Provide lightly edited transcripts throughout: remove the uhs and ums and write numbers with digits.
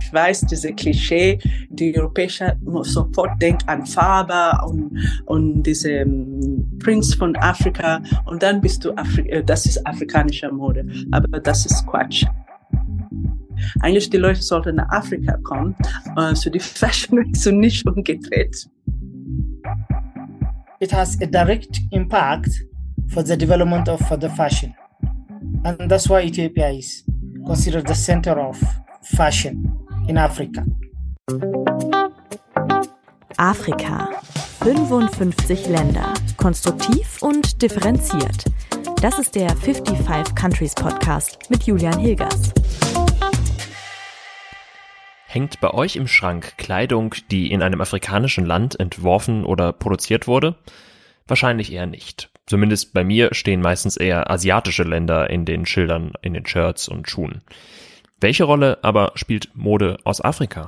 Ich weiß, diese Klischee, die Europäer sofort denkt an Farbe und diese Prinz von Afrika und dann bist du das ist afrikanische Mode. Aber das ist Quatsch. Eigentlich die Leute sollten nach Afrika kommen, so die Fashion Week so nicht umgedreht. It has a direct impact for the development of the fashion. And that's why Ethiopia is considered the center of fashion in Africa. Afrika. 55 Länder. Konstruktiv und differenziert. Das ist der 55 Countries Podcast mit Julian Hilgers. Hängt bei euch im Schrank Kleidung, die in einem afrikanischen Land entworfen oder produziert wurde? Wahrscheinlich eher nicht. Zumindest bei mir stehen meistens eher asiatische Länder in den Schildern, in den Shirts und Schuhen. Welche Rolle aber spielt Mode aus Afrika?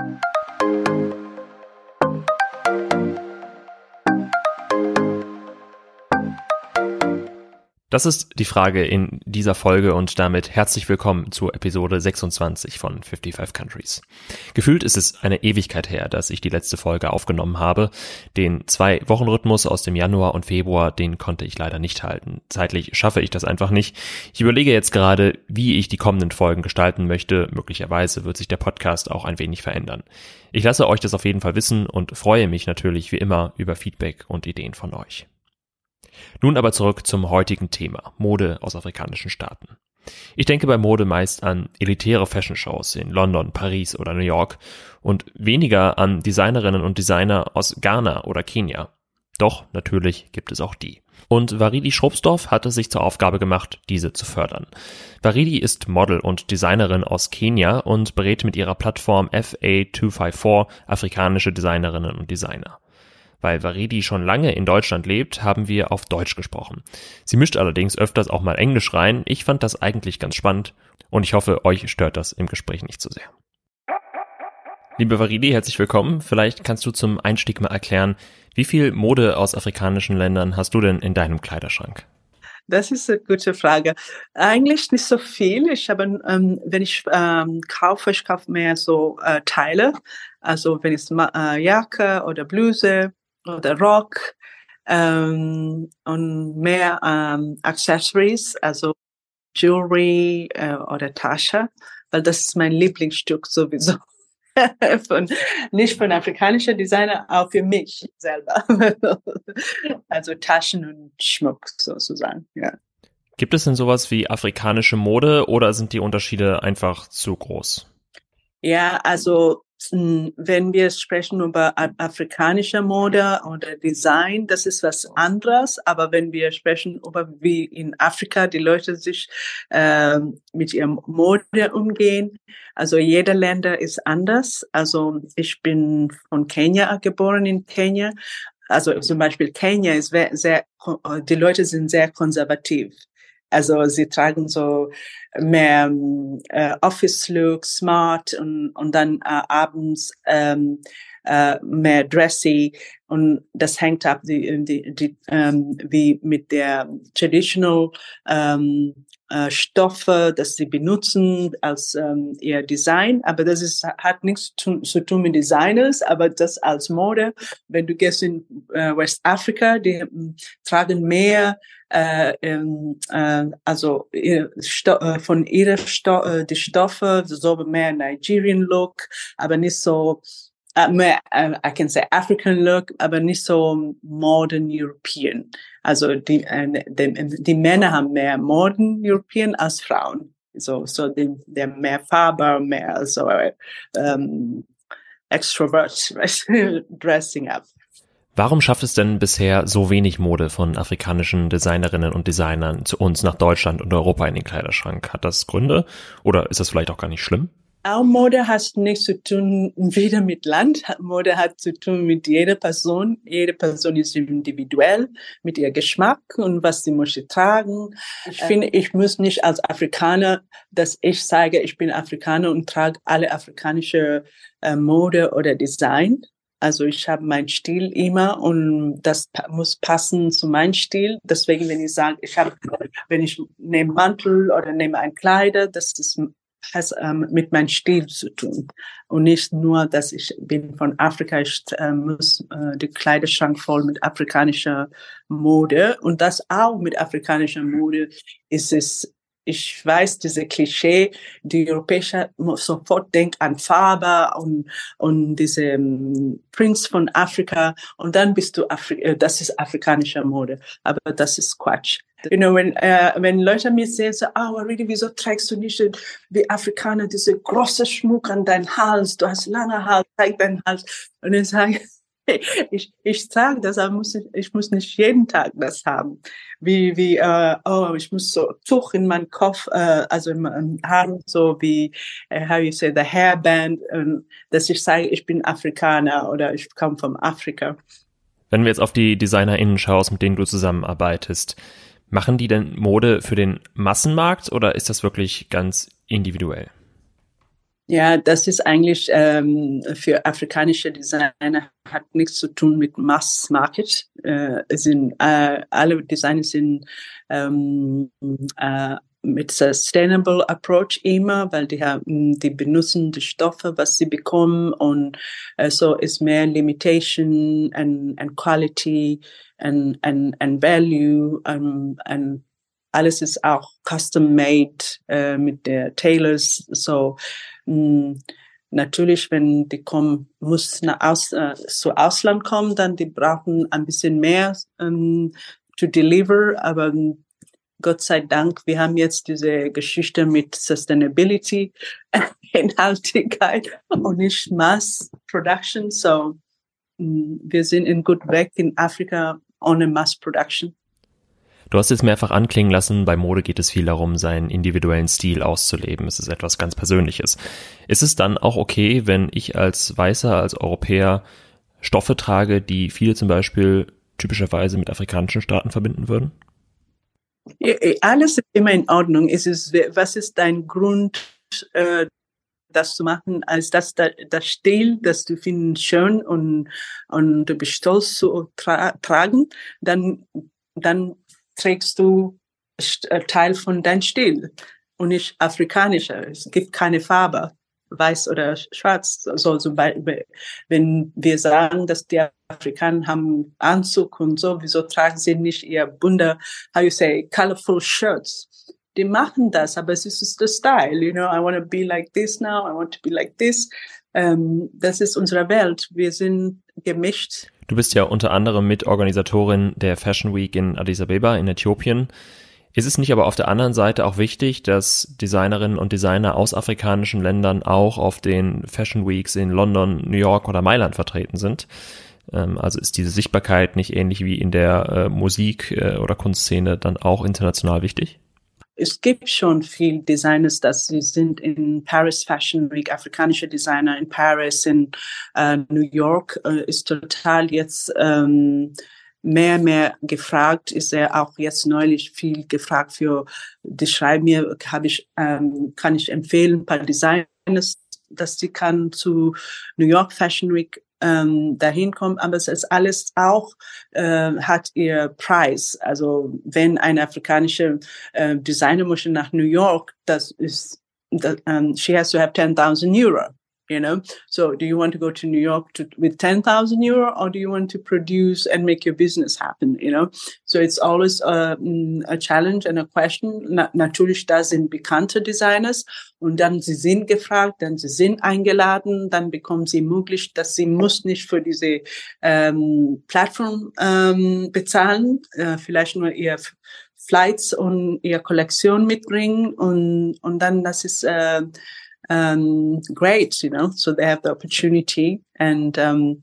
Das ist die Frage in dieser Folge und damit herzlich willkommen zur Episode 26 von 55 Countries. Gefühlt ist es eine Ewigkeit her, dass ich die letzte Folge aufgenommen habe. Den 2-Wochen-Rhythmus aus dem Januar und Februar, den konnte ich leider nicht halten. Zeitlich schaffe ich das einfach nicht. Ich überlege jetzt gerade, wie ich die kommenden Folgen gestalten möchte. Möglicherweise wird sich der Podcast auch ein wenig verändern. Ich lasse euch das auf jeden Fall wissen und freue mich natürlich wie immer über Feedback und Ideen von euch. Nun aber zurück zum heutigen Thema, Mode aus afrikanischen Staaten. Ich denke bei Mode meist an elitäre Fashion-Shows in London, Paris oder New York und weniger an Designerinnen und Designer aus Ghana oder Kenia. Doch, natürlich gibt es auch die. Und Varidi Schrubsdorf hat es sich zur Aufgabe gemacht, diese zu fördern. Varidi ist Model und Designerin aus Kenia und berät mit ihrer Plattform FA254 afrikanische Designerinnen und Designer. Weil Varidi schon lange in Deutschland lebt, haben wir auf Deutsch gesprochen. Sie mischt allerdings öfters auch mal Englisch rein. Ich fand das eigentlich ganz spannend und ich hoffe, euch stört das im Gespräch nicht so sehr. Liebe Varidi, herzlich willkommen. Vielleicht kannst du zum Einstieg mal erklären, wie viel Mode aus afrikanischen Ländern hast du denn in deinem Kleiderschrank? Das ist eine gute Frage. Eigentlich nicht so viel. Ich habe, wenn ich kaufe, ich kaufe mehr so Teile. Also wenn es Jacke oder Bluse oder Rock und mehr Accessories, also Jewelry oder Tasche, weil das ist mein Lieblingsstück sowieso. Nicht von afrikanischen Designer, auch für mich selber. Also Taschen und Schmuck sozusagen, ja. Gibt es denn sowas wie afrikanische Mode oder sind die Unterschiede einfach zu groß? Ja, also wenn wir sprechen über afrikanische Mode oder Design, das ist was anderes. Aber wenn wir sprechen über wie in Afrika die Leute sich mit ihrem Mode umgehen, also jeder Länder ist anders. Also ich bin von Kenia geboren in Kenia. Also zum Beispiel Kenia ist die Leute sind sehr konservativ. Also sie tragen so mehr Office-Look, smart und dann abends mehr dressy und das hängt ab wie mit der traditional Stoffe, dass sie benutzen als ihr Design, aber das hat nichts zu tun mit Designers, aber das als Mode. Wenn du gehst in Westafrika, die tragen mehr also von ihrer die Stoffe, so mehr Nigerian Look, aber nicht so mehr, I can say African Look, aber nicht so modern European. Also die Männer haben mehr modern European als Frauen. So die mehr Farbe, mehr so extrovert dressing up. Warum schafft es denn bisher so wenig Mode von afrikanischen Designerinnen und Designern zu uns nach Deutschland und Europa in den Kleiderschrank? Hat das Gründe oder ist das vielleicht auch gar nicht schlimm? Auch Mode hat nichts zu tun wieder mit Land. Mode hat zu tun mit jeder Person. Jede Person ist individuell mit ihrem Geschmack und was sie möchte tragen. Ich finde, ich muss nicht als Afrikaner, dass ich sage, ich bin Afrikaner und trage alle afrikanische Mode oder Design. Also ich habe meinen Stil immer und das muss passen zu meinem Stil. Deswegen, wenn ich sage, wenn ich nehme Mantel oder nehme ein Kleider, das mit meinem Stil zu tun. Und nicht nur, dass ich bin von Afrika, ich muss den Kleiderschrank voll mit afrikanischer Mode. Und das auch mit afrikanischer Mode ist es, ich weiß, diese Klischee, die Europäer sofort denken an Farbe und diese Prince von Afrika. Und dann bist du, das ist afrikanische Mode. Aber das ist Quatsch. You know, wenn Leute mir sehen, so, really, wieso trägst du nicht wie Afrikaner diese große Schmuck an deinen Hals? Du hast lange Hals, zeig deinen Hals. Und ich sage, ich sage das, aber ich muss nicht jeden Tag das haben. Ich muss so Tuch in meinen Kopf, also in meinen Haaren, so wie, how you say, the hairband, dass ich sage, ich bin Afrikaner oder ich komme von Afrika. Wenn wir jetzt auf die DesignerInnen schaust, mit denen du zusammenarbeitest, machen die denn Mode für den Massenmarkt oder ist das wirklich ganz individuell? Ja, das ist eigentlich für afrikanische Designer hat nichts zu tun mit Mass Market. Alle Designer sind mit Sustainable Approach immer, weil die benutzen die Stoffe, was sie bekommen, und so ist mehr Limitation and Quality and Value and alles ist auch custom made mit der Tailors. So natürlich, wenn die kommen, muss zu Ausland kommen, dann die brauchen ein bisschen mehr to deliver. Aber Gott sei Dank, wir haben jetzt diese Geschichte mit Sustainability, Nachhaltigkeit und nicht Mass Production. So wir sind in good weg in Afrika ohne Mass Production. Du hast jetzt mehrfach anklingen lassen, bei Mode geht es viel darum, seinen individuellen Stil auszuleben. Es ist etwas ganz Persönliches. Ist es dann auch okay, wenn ich als Weißer, als Europäer Stoffe trage, die viele zum Beispiel typischerweise mit afrikanischen Staaten verbinden würden? Alles ist immer in Ordnung. Was ist dein Grund, das zu machen, als das Stil, das du findest schön und du bist stolz zu tragen, dann trägst du Teil von deinem Stil und nicht afrikanischer. Es gibt keine Farbe, weiß oder schwarz. Also wenn wir sagen, dass die Afrikaner haben Anzug und so, wieso tragen sie nicht ihr bunte, how you say, colorful shirts? Die machen das, aber es ist der Style, you know, I want to be like this now, I want to be like this. Das ist unsere Welt. Wir sind gemischt. Du bist ja unter anderem Mitorganisatorin der Fashion Week in Addis Abeba in Äthiopien. Ist es nicht aber auf der anderen Seite auch wichtig, dass Designerinnen und Designer aus afrikanischen Ländern auch auf den Fashion Weeks in London, New York oder Mailand vertreten sind? Also ist diese Sichtbarkeit nicht ähnlich wie in der Musik- oder Kunstszene dann auch international wichtig? Es gibt schon viele Designers, dass sie sind in Paris Fashion Week, afrikanische Designer in Paris, in New York, ist total jetzt mehr gefragt, ist er auch jetzt neulich viel gefragt für, die schreiben mir, kann ich empfehlen, ein paar Designers, dass sie kann zu New York Fashion Week dahin kommen, aber es ist alles auch, hat ihr Preis. Also wenn ein afrikanischer Designer möchte nach New York, das ist, she has to have 10,000 Euro. You know, so do you want to go to New York with 10,000 Euro, or do you want to produce and make your business happen? You know, so it's always a challenge and a question. Natürlich, da sind bekannte Designers und dann sie sind gefragt, dann sie sind eingeladen, dann bekommen sie möglich, dass sie muss nicht für diese Plattform bezahlen, vielleicht nur ihr Flights und ihre Kollektion mitbringen und dann das ist great, you know, so they have the opportunity and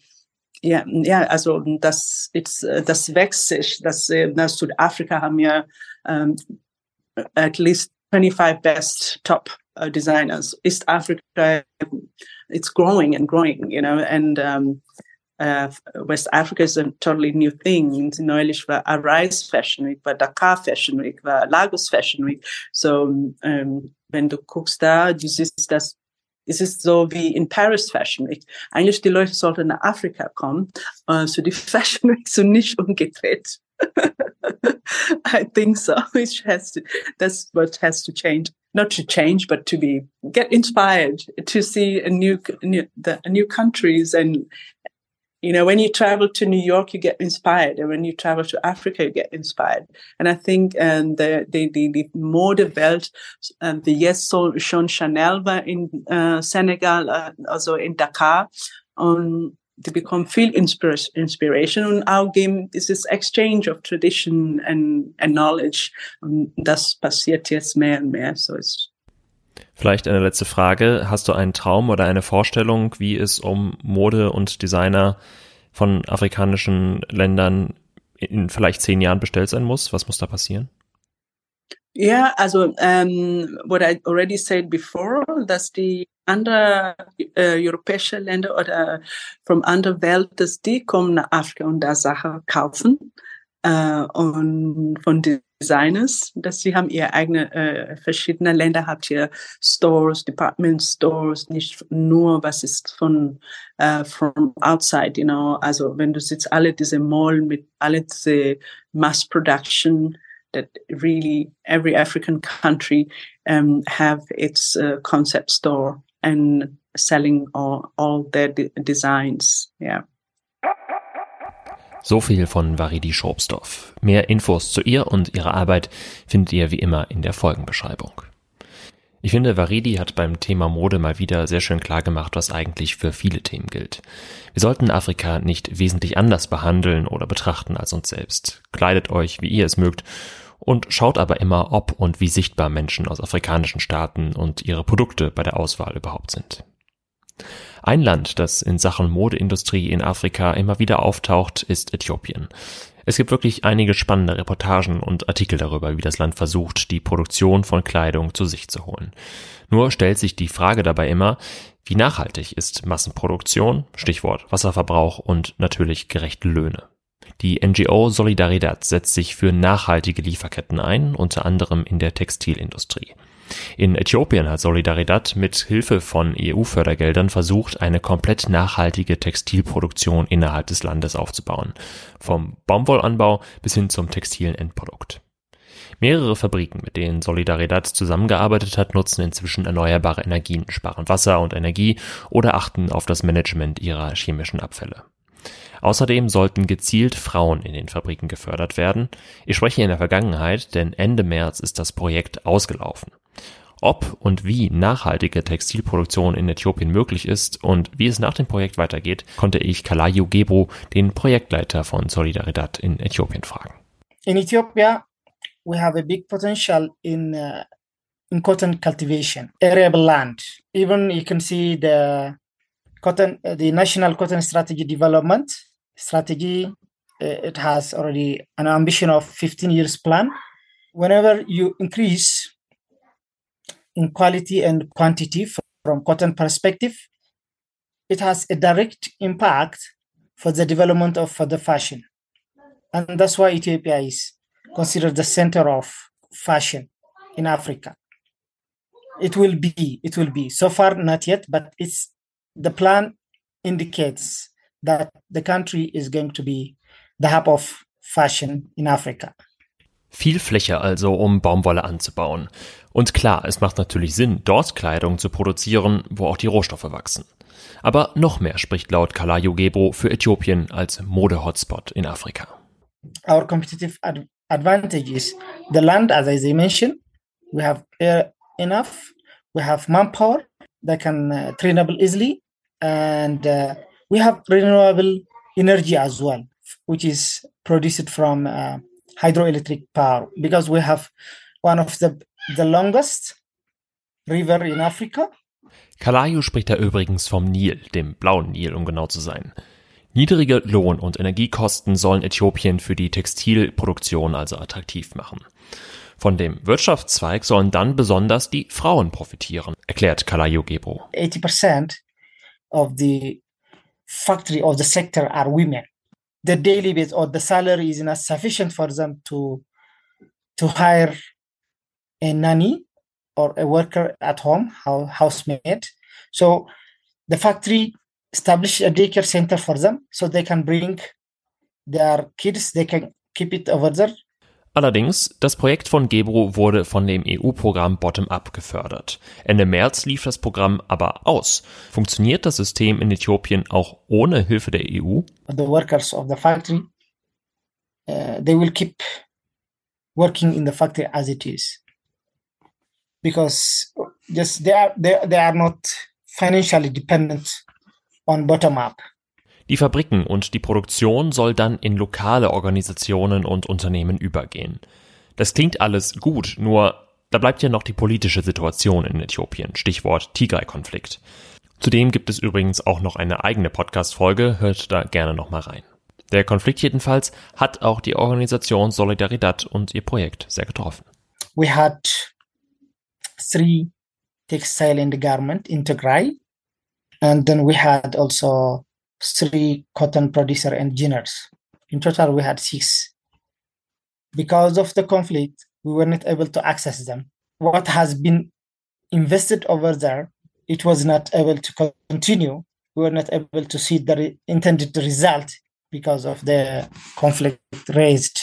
also das wächst sich, dass Südafrika haben ja at least 25 best top designers. East Africa, it's growing and growing, you know, and West Africa is a totally new thing. Neulich war Arise Fashion Week, war Dakar Fashion Week, war Lagos Fashion Week. So, wenn du guckst da, du siehst das, es ist so wie in Paris Fashion Week. Eigentlich die Leute sollten nach Afrika kommen, so die Fashion Week so nicht umgedreht. I think so. That's what has to change. not to change, but to get inspired to see new countries. And, when you travel to New York, you get inspired. And when you travel to Africa, you get inspired. And I think the Modewelt, jetzt schon Chanel war in Senegal, also in Dakar, und die bekommen viel Inspiration und auch geben dieses Exchange of Tradition and Knowledge. Und das passiert jetzt mehr und mehr. So ist. Vielleicht eine letzte Frage. Hast du einen Traum oder eine Vorstellung, wie es um Mode und Designer von afrikanischen Ländern in vielleicht 10 Jahren bestellt sein muss? Was muss da passieren? Ja, also what I already said before, dass die anderen europäischen Länder oder von anderer Welt, dass die kommen nach Afrika und da Sachen kaufen und von Designers, dass sie haben ihre eigene verschiedene Länder, habt ihr Stores, Department Stores, nicht nur was ist from outside, also wenn du siehst alle diese Mall mit alle diese Mass Production, that really every African country have its concept store and selling all their designs. Yeah. So viel von Varidi Schobsdorf. Mehr Infos zu ihr und ihrer Arbeit findet ihr wie immer in der Folgenbeschreibung. Ich finde, Varidi hat beim Thema Mode mal wieder sehr schön klar gemacht, was eigentlich für viele Themen gilt. Wir sollten Afrika nicht wesentlich anders behandeln oder betrachten als uns selbst. Kleidet euch, wie ihr es mögt, und schaut aber immer, ob und wie sichtbar Menschen aus afrikanischen Staaten und ihre Produkte bei der Auswahl überhaupt sind. Ein Land, das in Sachen Modeindustrie in Afrika immer wieder auftaucht, ist Äthiopien. Es gibt wirklich einige spannende Reportagen und Artikel darüber, wie das Land versucht, die Produktion von Kleidung zu sich zu holen. Nur stellt sich die Frage dabei immer, wie nachhaltig ist Massenproduktion, Stichwort Wasserverbrauch und natürlich gerechte Löhne. Die NGO Solidaridad setzt sich für nachhaltige Lieferketten ein, unter anderem in der Textilindustrie. In Äthiopien hat Solidaridad mit Hilfe von EU-Fördergeldern versucht, eine komplett nachhaltige Textilproduktion innerhalb des Landes aufzubauen. Vom Baumwollanbau bis hin zum textilen Endprodukt. Mehrere Fabriken, mit denen Solidaridad zusammengearbeitet hat, nutzen inzwischen erneuerbare Energien, sparen Wasser und Energie oder achten auf das Management ihrer chemischen Abfälle. Außerdem sollten gezielt Frauen in den Fabriken gefördert werden. Ich spreche in der Vergangenheit, denn Ende März ist das Projekt ausgelaufen. Ob und wie nachhaltige Textilproduktion in Äthiopien möglich ist und wie es nach dem Projekt weitergeht, konnte ich Kalayu Gebru, den Projektleiter von Solidaridad in Äthiopien, fragen. In Ethiopia, we have a big potential in cotton cultivation, arable land. Even you can see the National Cotton Strategy Development Strategy. It has already an ambition of 15 years plan. Whenever you increase in quality and quantity from cotton perspective, it has a direct impact for the development of the fashion. And that's why Ethiopia is considered the center of fashion in Africa. It will be. So far, not yet, but the plan indicates that the country is going to be the hub of fashion in Africa. Viel Fläche also, um Baumwolle anzubauen. Und klar, es macht natürlich Sinn, dort Kleidung zu produzieren, wo auch die Rohstoffe wachsen. Aber noch mehr spricht laut Kalayu Gebru für Äthiopien als Mode-Hotspot in Afrika. Our competitive advantage is the land, as I mentioned. We have enough. We have manpower that can trainable easily. And we have renewable energy as well, which is produced from hydroelectric power, because we have one of the longest river in Africa. Kalayu spricht da übrigens vom Nil, dem blauen Nil, um genau zu sein. Niedrige Lohn- und Energiekosten sollen Äthiopien für die Textilproduktion also attraktiv machen. Von dem Wirtschaftszweig sollen dann besonders die Frauen profitieren, erklärt Kalayu Gebru. 80% of the factory or the sector are women. The daily base or the salary is not sufficient for them to hire a nanny or a worker at home, housemaid. So the factory established a daycare center for them, so they can bring their kids, they can keep it over there. Allerdings, das Projekt von Gebru wurde von dem EU-Programm Bottom-up gefördert. Ende März lief das Programm aber aus. Funktioniert das System in Äthiopien auch ohne Hilfe der EU? The workers of the factory, they will keep working in the factory as it is, because just they are not financially dependent on bottom-up. Die Fabriken und die Produktion soll dann in lokale Organisationen und Unternehmen übergehen. Das klingt alles gut, nur da bleibt ja noch die politische Situation in Äthiopien, Stichwort Tigray-Konflikt. Zudem gibt es übrigens auch noch eine eigene Podcast-Folge, hört da gerne noch mal rein. Der Konflikt jedenfalls hat auch die Organisation Solidaridad und ihr Projekt sehr getroffen. We had 3 textile and garment in Tigray, and then we had also 3 cotton producer engineers. In total, we had 6. Because of the conflict, we were not able to access them. What has been invested over there, it was not able to continue. We were not able to see the intended result because of the conflict raised.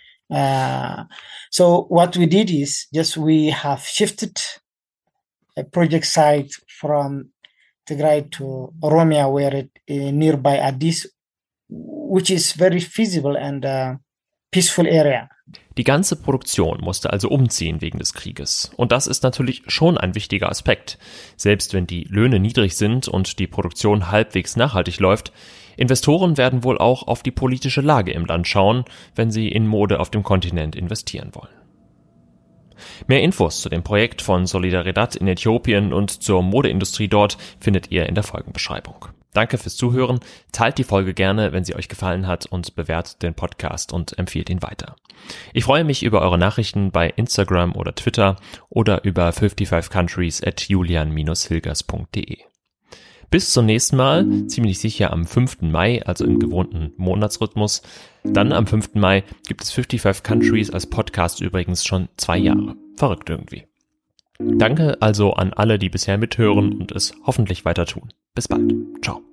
So what we did is we have shifted a project site from Tigray to Oromia, where it nearby Addis, which is very feasible and peaceful area. Die ganze Produktion musste also umziehen wegen des Krieges. Und das ist natürlich schon ein wichtiger Aspekt. Selbst wenn die Löhne niedrig sind und die Produktion halbwegs nachhaltig läuft, Investoren werden wohl auch auf die politische Lage im Land schauen, wenn sie in Mode auf dem Kontinent investieren wollen. Mehr Infos zu dem Projekt von Solidaridad in Äthiopien und zur Modeindustrie dort findet ihr in der Folgenbeschreibung. Danke fürs Zuhören, teilt die Folge gerne, wenn sie euch gefallen hat, und bewertet den Podcast und empfiehlt ihn weiter. Ich freue mich über eure Nachrichten bei Instagram oder Twitter oder über 55countries@julian-hilgers.de. Bis zum nächsten Mal, ziemlich sicher am 5. Mai, also im gewohnten Monatsrhythmus. Dann am 5. Mai gibt es 55 Countries als Podcast übrigens schon 2 Jahre. Verrückt irgendwie. Danke also an alle, die bisher mithören und es hoffentlich weiter tun. Bis bald. Ciao.